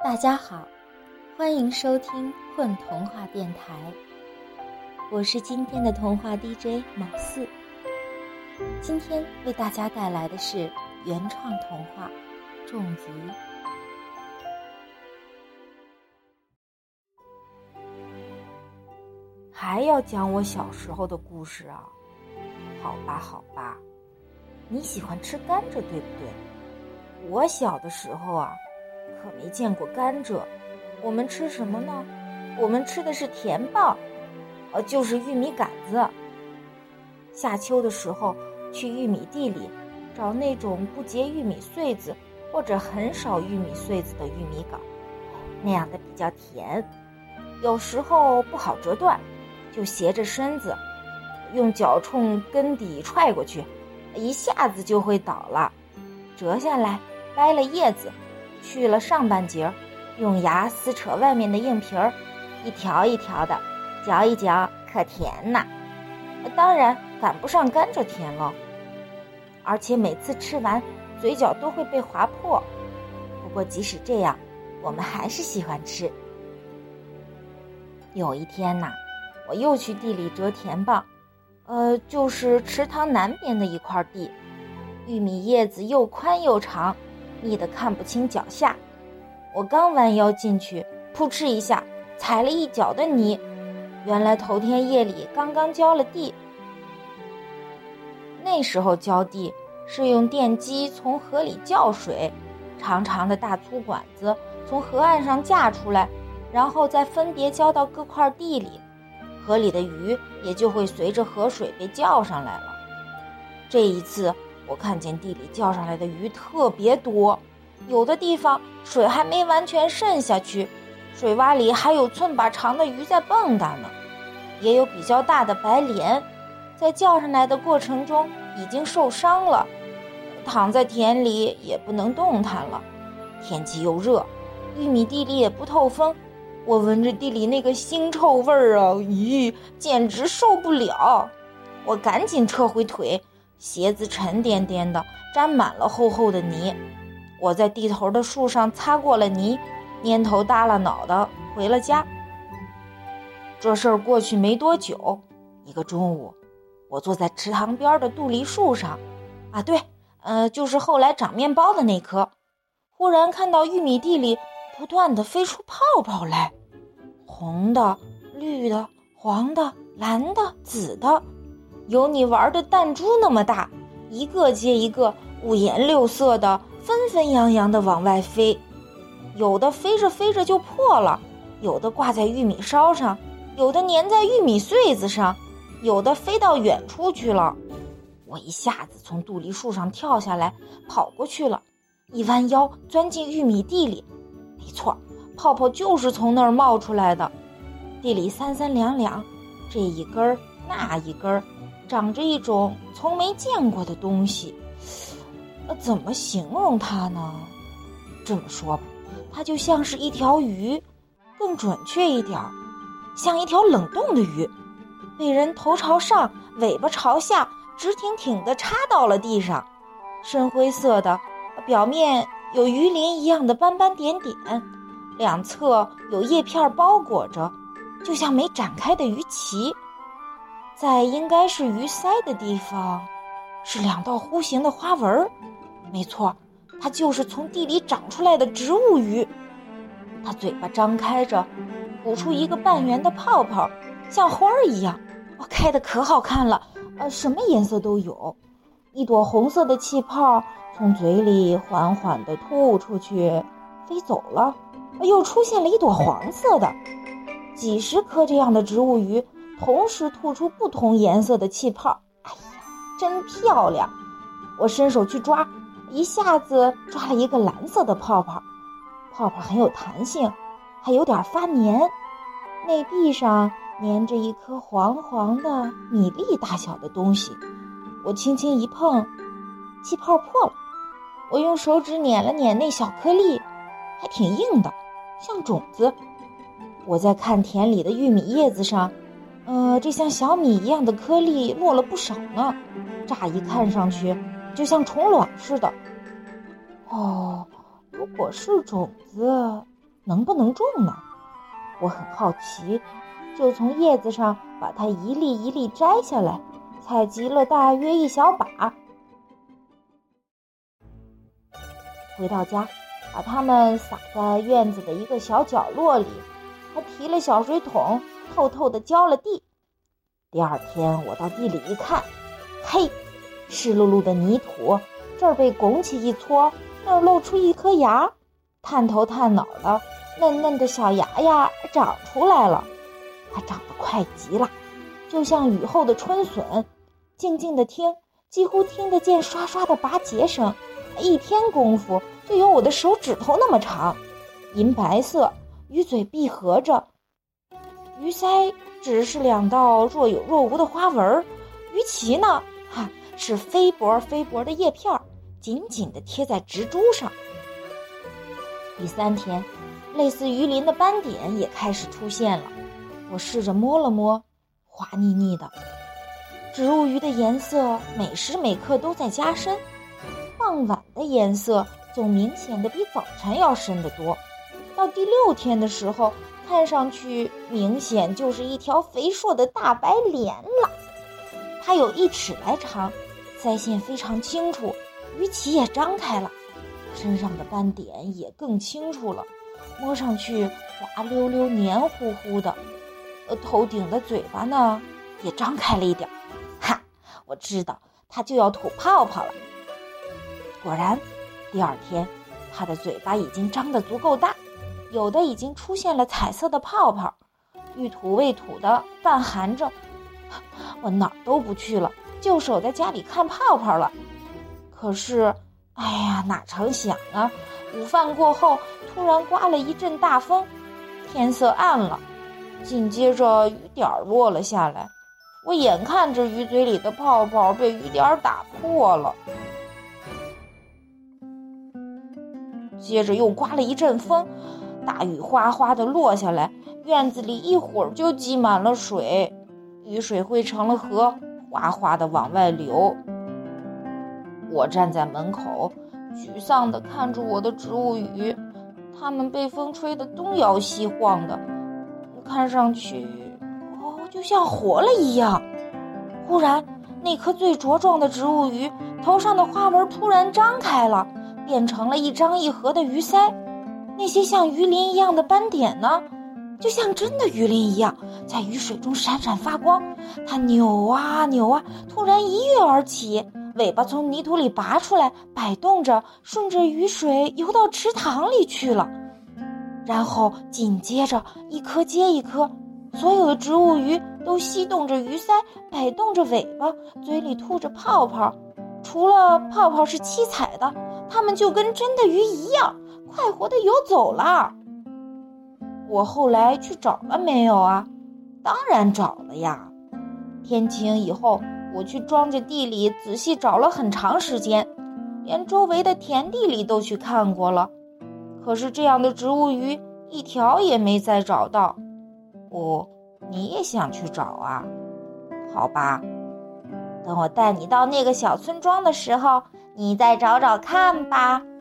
大家好，欢迎收听混童话电台，我是今天的童话 DJ 毛四。今天为大家带来的是原创童话《种鱼》。 还要讲我小时候的故事啊？好吧，你喜欢吃甘蔗对不对？我小的时候啊，可没见过甘蔗。我们吃什么呢？我们吃的是甜棒，就是玉米杆子。夏秋的时候，去玉米地里找那种不结玉米穗子或者很少玉米穗子的玉米杆，那样的比较甜，有时候不好折断，就斜着身子，用脚冲根底踹过去，一下子就会倒了。折下来，掰了叶子，去了上半截儿，用牙撕扯外面的硬皮儿，一条一条的，嚼一嚼，可甜呐！当然赶不上甘蔗甜了，而且每次吃完，嘴角都会被划破。不过即使这样，我们还是喜欢吃。有一天呐，我又去地里折甜棒，就是池塘南边的一块地，玉米叶子又宽又长，密得看不清脚下。我刚弯腰进去，扑哧一下踩了一脚的泥，原来头天夜里刚刚浇了地。那时候浇地是用电机从河里浇水，长长的大粗管子从河岸上架出来，然后再分别浇到各块地里，河里的鱼也就会随着河水被浇上来了。这一次我看见地里浇上来的鱼特别多，有的地方水还没完全渗下去，水洼里还有寸把长的鱼在蹦跶呢，也有比较大的白鲢，在浇上来的过程中已经受伤了，躺在田里也不能动弹了。天气又热，玉米地里也不透风，我闻着地里那个腥臭味儿啊，咦，简直受不了！我赶紧撤回腿，鞋子沉甸甸的，沾满了厚厚的泥。我在地头的树上擦过了泥，蔫头耷拉脑袋回了家。这事儿过去没多久，一个中午，我坐在池塘边的杜梨树上，就是后来长面包的那棵，忽然看到玉米地里不断地飞出泡泡来，红的、绿的、黄的、蓝的、紫的，有你玩的弹珠那么大，一个接一个，五颜六色的，纷纷扬扬的往外飞。有的飞着飞着就破了，有的挂在玉米梢上，有的粘在玉米穗子上，有的飞到远处去了。我一下子从杜梨树上跳下来，跑过去了，一弯腰钻进玉米地里。没错，泡泡就是从那儿冒出来的。地里三三两两，这一根儿那一根儿，长着一种从没见过的东西。怎么形容它呢？这么说吧，它就像是一条鱼，更准确一点，像一条冷冻的鱼，被人头朝上，尾巴朝下，直挺挺地插到了地上，深灰色的，表面有鱼鳞一样的斑斑点点，两侧有叶片包裹着，就像没展开的鱼鳍。在应该是鱼鳃的地方，是两道弧形的花纹。没错，它就是从地里长出来的植物鱼。它嘴巴张开着，吐出一个半圆的泡泡，像花儿一样，开得可好看了，什么颜色都有。一朵红色的气泡从嘴里缓缓地吐出去，飞走了，又出现了一朵黄色的。几十颗这样的植物鱼同时吐出不同颜色的气泡，哎呀，真漂亮！我伸手去抓，一下子抓了一个蓝色的泡泡，泡泡很有弹性，还有点发黏，内壁上粘着一颗黄黄的米粒大小的东西。我轻轻一碰，气泡破了。我用手指捻了捻那小颗粒，还挺硬的，像种子。我在看田里的玉米叶子上，这像小米一样的颗粒落了不少呢，乍一看上去就像虫卵似的。如果是种子， 能不能种呢？我很好奇，就从叶子上把它一粒一粒摘下来，采集了大约1小把。回到家，把它们撒在院子的一个小角落里，还提了小水桶，透透地浇了地。第二天我到地里一看，嘿，湿漉漉的泥土，这儿被拱起一撮，那儿露出一颗芽，探头探脑的，嫩嫩的小芽芽长出来了。它长得快极了，就像雨后的春笋。静静地听，几乎听得见刷刷的拔节声。一天功夫就有我的手指头那么长，银白色，鱼嘴闭合着，鱼鳃只是2道若有若无的花纹，鱼鳍呢，是飞薄飞薄的叶片，紧紧地贴在植株上。第3天，类似鱼鳞的斑点也开始出现了，我试着摸了摸，滑腻腻的。植物鱼的颜色每时每刻都在加深，傍晚的颜色总明显的比早晨要深得多。到第6天的时候，看上去明显就是一条肥硕的大白鲢了。它有1尺来长，鳃线非常清楚，鱼鳍也张开了，身上的斑点也更清楚了，摸上去滑溜溜黏糊糊的。头顶的嘴巴呢也张开了一点，我知道它就要吐泡泡了。果然，第2天，它的嘴巴已经张得足够大，有的已经出现了彩色的泡泡，欲吐未吐的半含着。我哪儿都不去了，就守在家里看泡泡了。可是，哪成想啊，午饭过后突然刮了一阵大风，天色暗了，紧接着雨点落了下来。我眼看着鱼嘴里的泡泡被雨点打破了，接着又刮了一阵风，大雨哗哗地落下来，院子里一会儿就积满了水，雨水汇成了河，哗哗地往外流。我站在门口，沮丧地看着我的植物鱼，它们被风吹得东摇西晃的，看上去就像活了一样。忽然，那颗最茁壮的植物鱼头上的花纹突然张开了，变成了一张一合的鱼鳃。那些像鱼鳞一样的斑点呢，就像真的鱼鳞一样，在雨水中闪闪发光。它扭啊扭啊，突然一跃而起，尾巴从泥土里拔出来，摆动着，顺着雨水游到池塘里去了。然后紧接着一颗接一颗，所有的植物鱼都吸动着鱼鳃，摆动着尾巴，嘴里吐着泡泡。除了泡泡是七彩的，它们就跟真的鱼一样，快活地游走了。我后来去找了没有啊？当然找了呀。天晴以后，我去庄稼地里仔细找了很长时间，连周围的田地里都去看过了。可是这样的植物鱼一条也没再找到。你也想去找啊？好吧，等我带你到那个小村庄的时候，你再找找看吧。